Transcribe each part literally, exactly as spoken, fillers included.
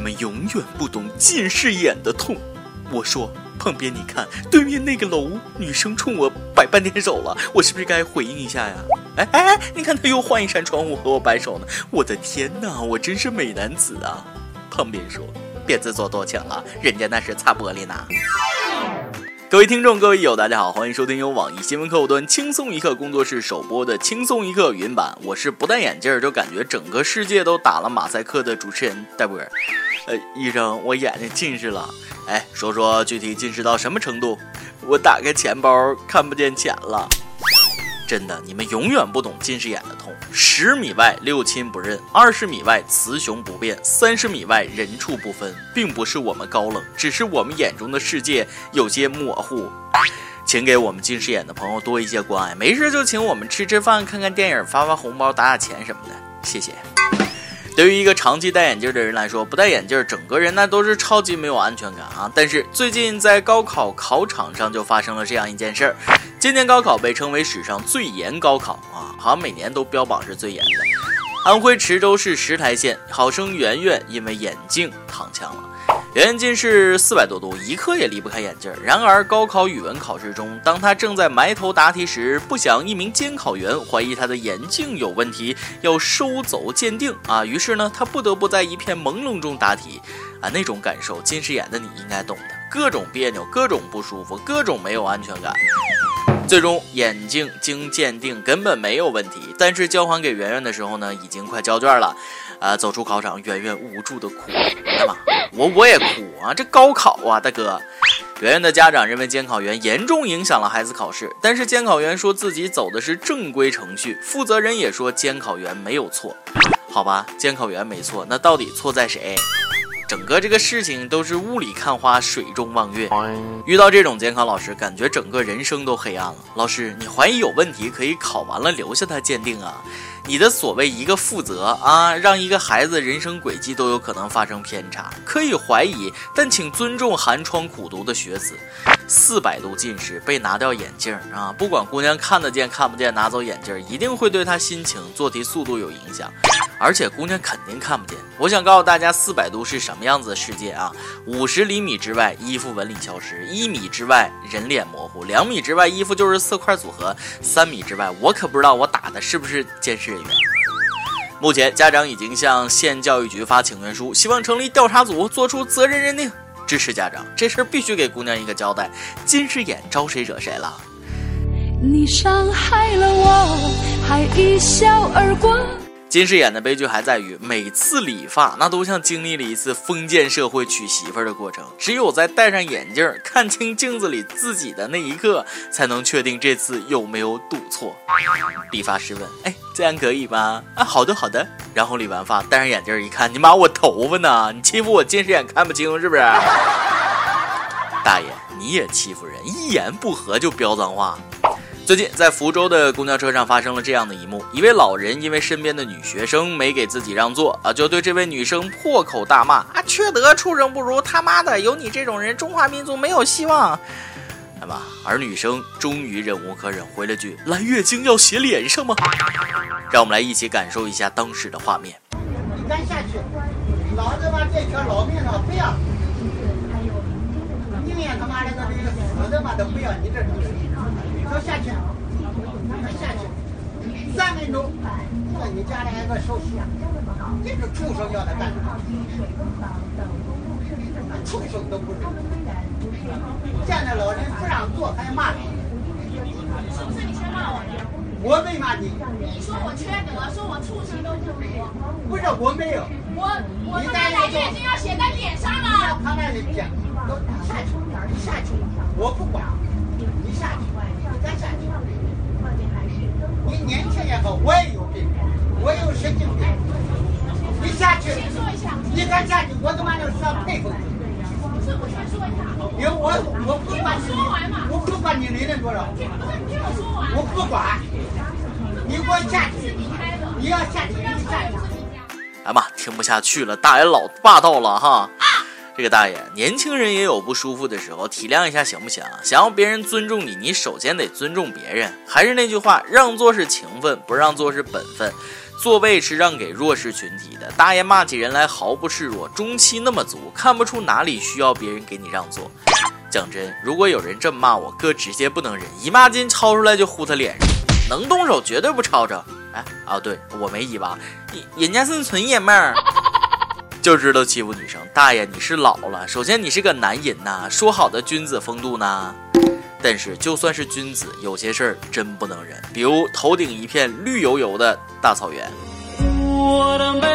们永远不懂近视眼的痛。我说，旁边你看，对面那个楼女生冲我摆半天手了，我是不是该回应一下呀？哎哎哎，你看她又换一扇窗户和我摆手呢，我的天哪，我真是美男子啊！旁边说，别自作多情了，人家那是擦玻璃呢。各位听众，各位友，大家好，欢迎收听由网易新闻客户端轻松一刻工作室首播的轻松一刻云版，我是不戴眼镜就感觉整个世界都打了马赛克的主持人戴波。呃，医生，我眼睛近视了。哎，说说具体近视到什么程度？我打开钱包看不见钱了。真的，你们永远不懂近视眼的痛。十米外六亲不认，二十米外雌雄不辨，三十米外人畜不分，并不是我们高冷，只是我们眼中的世界有些模糊。请给我们近视眼的朋友多一些关爱，没事就请我们吃吃饭、看看电影、发发红包、打打钱什么的，谢谢。对于一个长期戴眼镜的人来说，不戴眼镜整个人那都是超级没有安全感啊！但是最近在高考考场上就发生了这样一件事儿。今年高考被称为史上最严高考啊，好像每年都标榜是最严的。安徽池州市石台县考生圆圆因为眼镜躺枪了。圆圆近视四百多度，一刻也离不开眼镜。然而高考语文考试中，当他正在埋头答题时，不想一名监考员怀疑他的眼镜有问题，要收走鉴定啊。于是呢，他不得不在一片朦胧中答题啊，那种感受，近视眼的你应该懂的，各种别扭，各种不舒服，各种没有安全感。最终眼镜经鉴定根本没有问题，但是交还给圆圆的时候呢，已经快交卷了。啊，走出考场，圆圆无助的哭。干嘛？我我也哭啊！这高考啊，大哥。圆圆的家长认为监考员严重影响了孩子考试，但是监考员说自己走的是正规程序，负责人也说监考员没有错。好吧，监考员没错，那到底错在谁？整个这个事情都是雾里看花，水中望月。遇到这种监考老师，感觉整个人生都黑暗了。老师，你怀疑有问题，可以考完了留下他鉴定啊。你的所谓一个负责啊，让一个孩子人生轨迹都有可能发生偏差，可以怀疑，但请尊重寒窗苦读的学子。四百度近视被拿掉眼镜啊，不管姑娘看得见看不见，拿走眼镜一定会对她心情、做题速度有影响。而且姑娘肯定看不见。我想告诉大家，四百度是什么样子的世界啊？五十厘米之外，衣服纹理消失；一米之外，人脸模糊；两米之外，衣服就是色块组合；三米之外，我可不知道我打的是不是监视人员。目前，家长已经向县教育局发请愿书，希望成立调查组，做出责任认定。支持家长，这事儿必须给姑娘一个交代。近视眼招谁惹谁了？ 你伤害了我，还一笑而过。 近视眼的悲剧还在于，每次理发那都像经历了一次封建社会娶媳妇儿的过程，只有在戴上眼镜看清镜子里自己的那一刻，才能确定这次有没有赌错。理发师问，哎，这样可以吗？啊，好的好的。然后理完发，戴上眼镜一看，你妈，我头发呢？你欺负我近视眼看不清是不是？大爷，你也欺负人，一言不合就飙脏话。最近在福州的公交车上发生了这样的一幕，一位老人因为身边的女学生没给自己让座啊，就对这位女生破口大骂啊，缺德，畜生不如，他妈的，有你这种人，中华民族没有希望。哎妈！而女生终于忍无可忍，回了句，来月经要写脸上吗？让我们来一起感受一下当时的画面。 你敢下去，老子把这条老命了不要，宁愿他妈的个这个死的嘛都不要你这东西。说下去，快下去，三分钟，在你家里还个手洗，这个畜生要他干什么？畜生都不是。见着老人不让坐还骂你， 是不是你先骂我？ 我没骂你。 你说我缺德，说我畜生都不如。 不是我没有。 我我他妈来月经要写在脸上了。 他那里讲，都下去，你下去，我不管，你下去。再下去，你年轻也好，我也有病，我有神经病。你下去，你敢下去，我他妈就是要佩服你。 不是，我先说一下。 因为我我不管你，我不管你理论多少， 不是，听我说完。 我不管，你给我下去，你要下去，你下去。 哎妈，听不下去了，大爷老霸道了哈。这个大爷，年轻人也有不舒服的时候，体谅一下行不行？想要别人尊重你，你首先得尊重别人。还是那句话，让座是情分，不让座是本分。 座位是让给弱势群体的，大爷骂起人来毫不示弱，中气那么足，看不出哪里需要别人给你让座。讲真，如果有人这么骂我，哥直接不能忍，姨妈巾抄出来就呼他脸上，能动手绝对不抄着。哎啊，对我没姨妈，人家是纯爷们儿。就知道欺负女生，大爷你是老了，首先你是个男人呐，说好的君子风度呢？但是就算是君子，有些事儿真不能忍，比如头顶一片绿油油的大草原。我的妹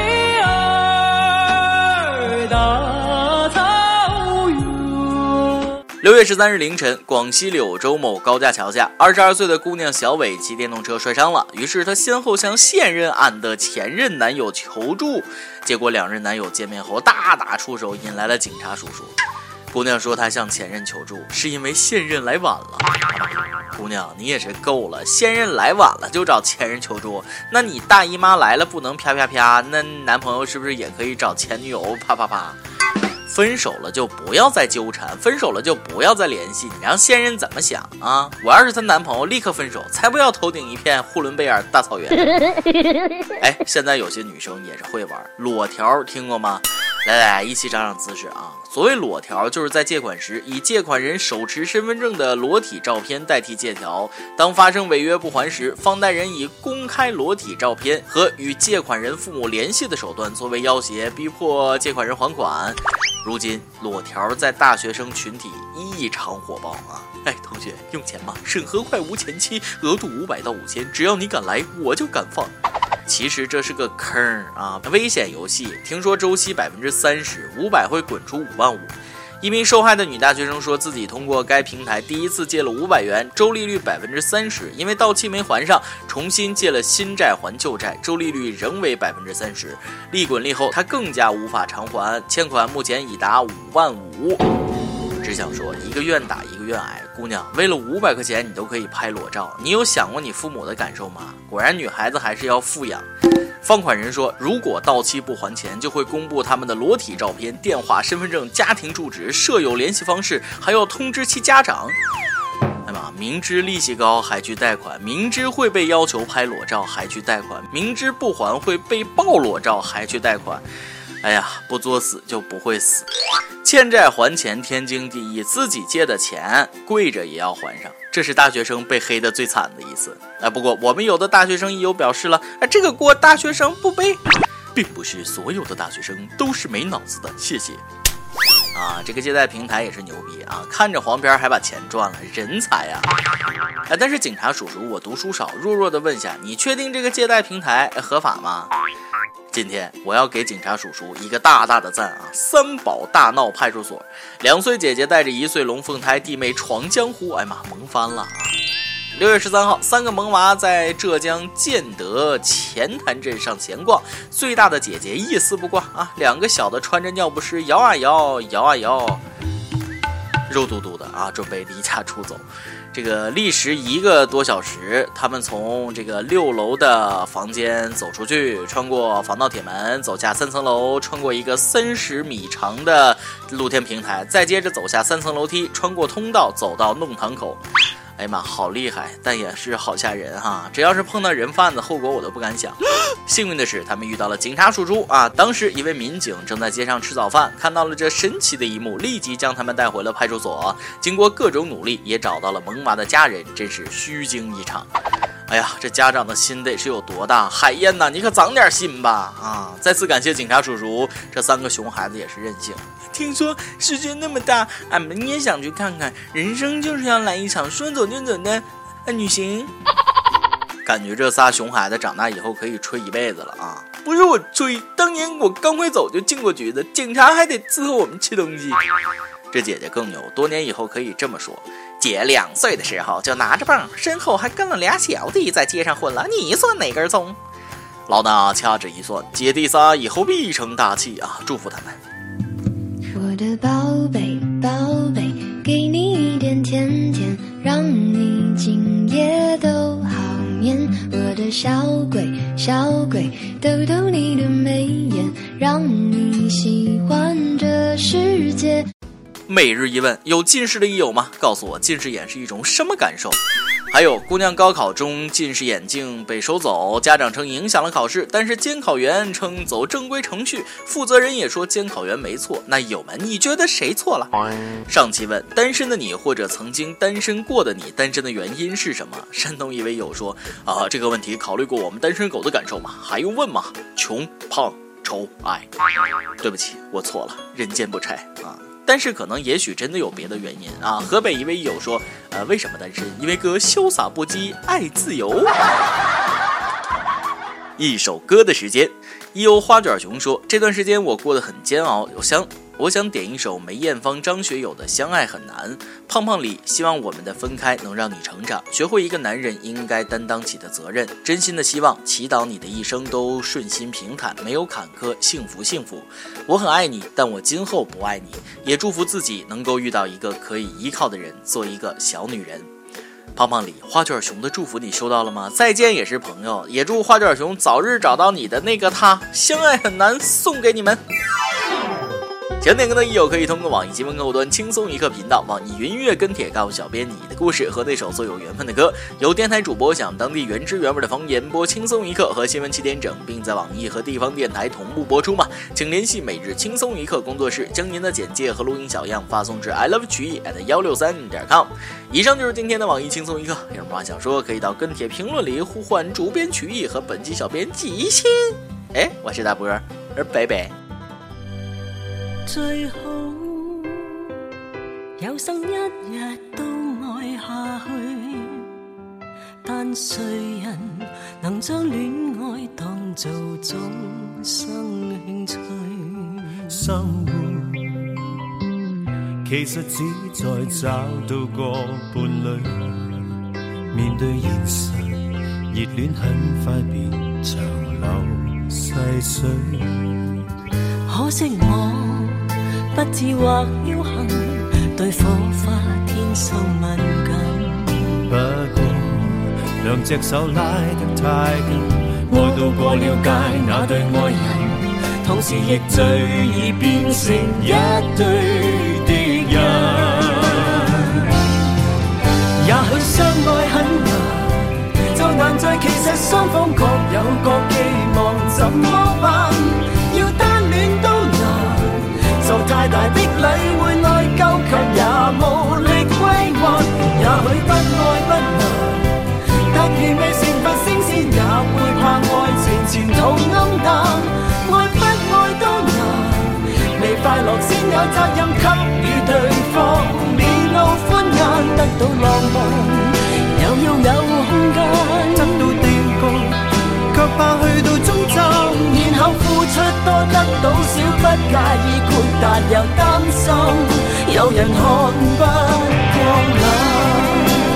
儿大草原。六月十三日凌晨，广西柳州某高架桥下，二十二岁的姑娘小伟骑电动车摔伤了，于是她先后向现任俺的前任男友求助，结果两任男友见面后大打出手，引来了警察叔叔。姑娘说她向前任求助是因为现任来晚了。姑娘你也是够了，现任来晚了就找前任求助，那你大姨妈来了不能啪啪啪，那男朋友是不是也可以找前女友啪啪啪？分手了就不要再纠缠，分手了就不要再联系，你让现任怎么想啊？我要是她男朋友立刻分手，才不要头顶一片呼伦贝尔大草原。哎，现在有些女生也是会玩裸条，听过吗？来来，一起长长姿势啊！所谓裸条，就是在借款时以借款人手持身份证的裸体照片代替借条，当发生违约不还时，放贷人以公开裸体照片和与借款人父母联系的手段作为要挟，逼迫借款人还款。如今裸条在大学生群体异常火爆啊！哎，同学用钱吗？审核快无前期，额度五百到五千，只要你敢来，我就敢放。其实这是个坑啊，危险游戏。听说周期百分之三十，五百会滚出五万五。一名受害的女大学生说自己通过该平台第一次借了五百元，周利率百分之三十，因为到期没还上，重新借了新债还旧债，周利率仍为百分之三十。利滚利后，她更加无法偿还，欠款目前已达五万五。只想说，一个愿打一个愿挨，姑娘，为了五百块钱你都可以拍裸照，你有想过你父母的感受吗？果然女孩子还是要富养。放款人说，如果到期不还钱，就会公布他们的裸体照片、电话、身份证、家庭住址、舍友联系方式，还要通知其家长。哎妈，明知利息高还去贷款，明知会被要求拍裸照还去贷款，明知不还会被爆裸照还去贷款。哎呀，不作死就不会死。欠债还钱天经地义，自己借的钱跪着也要还上，这是大学生被黑的最惨的一次。哎，不过我们有的大学生也有表示了，哎，这个锅大学生不背，并不是所有的大学生都是没脑子的，谢谢。啊，这个借贷平台也是牛逼啊，看着黄片还把钱赚了，人才啊！哎，但是警察叔叔，我读书少，弱弱的问下，你确定这个借贷平台合法吗？今天我要给警察叔叔一个大大的赞啊！三宝大闹派出所，两岁姐姐带着一岁龙凤胎弟妹闯江湖，哎妈，萌翻了啊！六月十三号，三个萌娃在浙江建德前潭镇上闲逛，最大的姐姐一丝不挂啊，两个小的穿着尿不湿摇啊摇，摇啊摇，肉嘟嘟的啊，准备离家出走。这个历时一个多小时，他们从这个六楼的房间走出去，穿过防盗铁门，走下三层楼，穿过一个三十米长的露天平台，再接着走下三层楼梯，穿过通道，走到弄堂口。哎呀妈，好厉害，但也是好吓人哈！只要是碰到人贩子，后果我都不敢想。幸运的是，他们遇到了警察叔叔啊！当时一位民警正在街上吃早饭，看到了这神奇的一幕，立即将他们带回了派出所。经过各种努力，也找到了萌娃的家人，真是虚惊一场。哎呀，这家长的心得是有多大？海燕呐，你可长点心吧！啊，再次感谢警察叔叔，这三个熊孩子也是任性。听说世界那么大，俺们也想去看看。人生就是要来一场说走就走的旅行。感觉这仨熊孩子长大以后可以吹一辈子了啊！不是我吹，当年我刚会走就进过局子，警察还得伺候我们吃东西。这姐姐更牛，多年以后可以这么说。姐两岁的时候就拿着棒，身后还跟了俩小弟在街上混了，你算哪根葱？老大掐指一算，姐弟仨以后必成大器啊！祝福他们。 我的宝贝宝贝，给你一点甜甜，让你今夜都好眠。我的小鬼小鬼，逗逗你的眉眼，让你喜欢这世界。 每日一问，有近视的益友吗？告诉我近视眼是一种什么感受？ 还有姑娘高考中近视眼镜被收走，家长称影响了考试，但是监考员称走正规程序，负责人也说监考员没错。那友们，你觉得谁错了？上期问单身的你或者曾经单身过的你，单身的原因是什么？山东一位友说啊，这个问题考虑过我们单身狗的感受吗？还用问吗？穷、胖、丑、矮。对不起，我错了，人间不拆啊。但是可能也许真的有别的原因啊。河北一位友说，呃，为什么单身？因为哥潇洒不羁，爱自由。一首歌的时间，一欧花卷熊说，这段时间我过得很煎熬，我想我想点一首梅艳芳、张学友的《相爱很难》。胖胖里希望我们的分开能让你成长，学会一个男人应该担当起的责任。真心的希望，祈祷你的一生都顺心平坦，没有坎坷，幸福幸福。我很爱你，但我今后不爱你，也祝福自己能够遇到一个可以依靠的人，做一个小女人。胖胖里花卷熊的祝福你收到了吗？再见也是朋友，也祝花卷熊早日找到你的那个他。相爱很难送给你们。想点歌的益友可以通过网易新闻客户端轻松一刻频道、网易云音乐跟帖告诉小编你的故事和那首最有缘分的歌。有电台主播想当地原汁原味的方言播轻松一刻和新闻七点整，并在网易和地方电台同步播出吗？请联系每日轻松一刻工作室，将您的简介和录音小样发送至 i love 曲艺 at 一六三点 com。以上就是今天的网易轻松一刻，有什么话想说可以到跟帖评论里呼唤主编曲艺和本期小编季欣。哎，我是大波儿，拜拜。 最好有生一日都愛下去，但誰人能將戀愛當做終生興趣？生活其實只在找到個伴侶，面對現實，熱戀很快變長流細水。可惜我不智或僥倖，對火花天生敏感。不過兩隻手拉得太緊，愛到過了界那對愛人，同時亦最易變成一對敵人。也許相愛很難，就難在其實雙方各有各寄望，怎麼辦？要單戀都難，受太大的禮會內疚，卻也無力歸還。也許不愛不難，但如未成佛升仙，也會怕愛情前途暗淡。愛不愛都難，未快樂先有責任給予對方，面露歡顏，得到浪漫，又要有空間，得到定局，卻怕去到終站，然後付出多得到少，不介意豁達又擔心，有人看不過眼。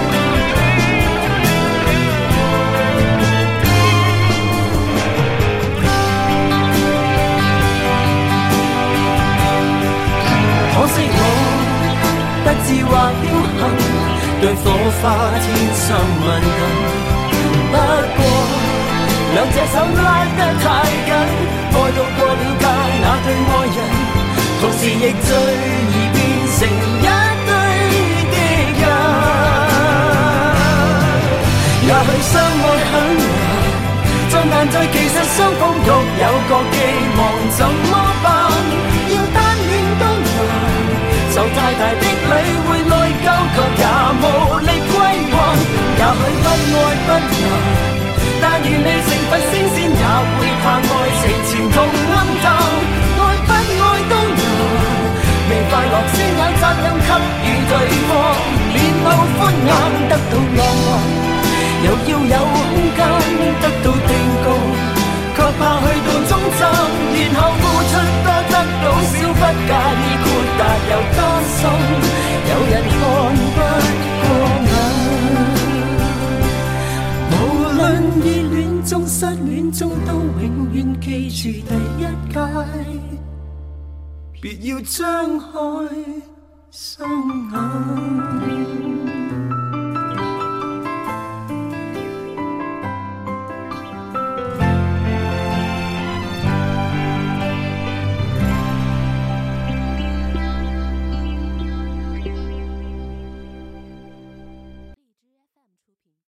可惜我不智或僥倖，對火花天生敏感。不過兩隻手拉得太緊，愛到過了界那對愛人，同時亦最易變成一對敵人。也許相愛很難，再難在其實雙方各有各寄望，怎麼辦？要單戀都難，受太大的禮會內疚，卻也無力歸還。也許不愛不難，但願未成佛升仙，也會怕愛情前途暗淡。愛不愛都難，未快樂先有責任給予對方，面露歡顏，得到浪漫，又要有空間，得到定局，卻怕去到終站，然後付出多得到少，不介意豁達又擔心，有人看不過眼。無論熱戀中失戀中，都永遠記住第一屆，別要張開雙眼。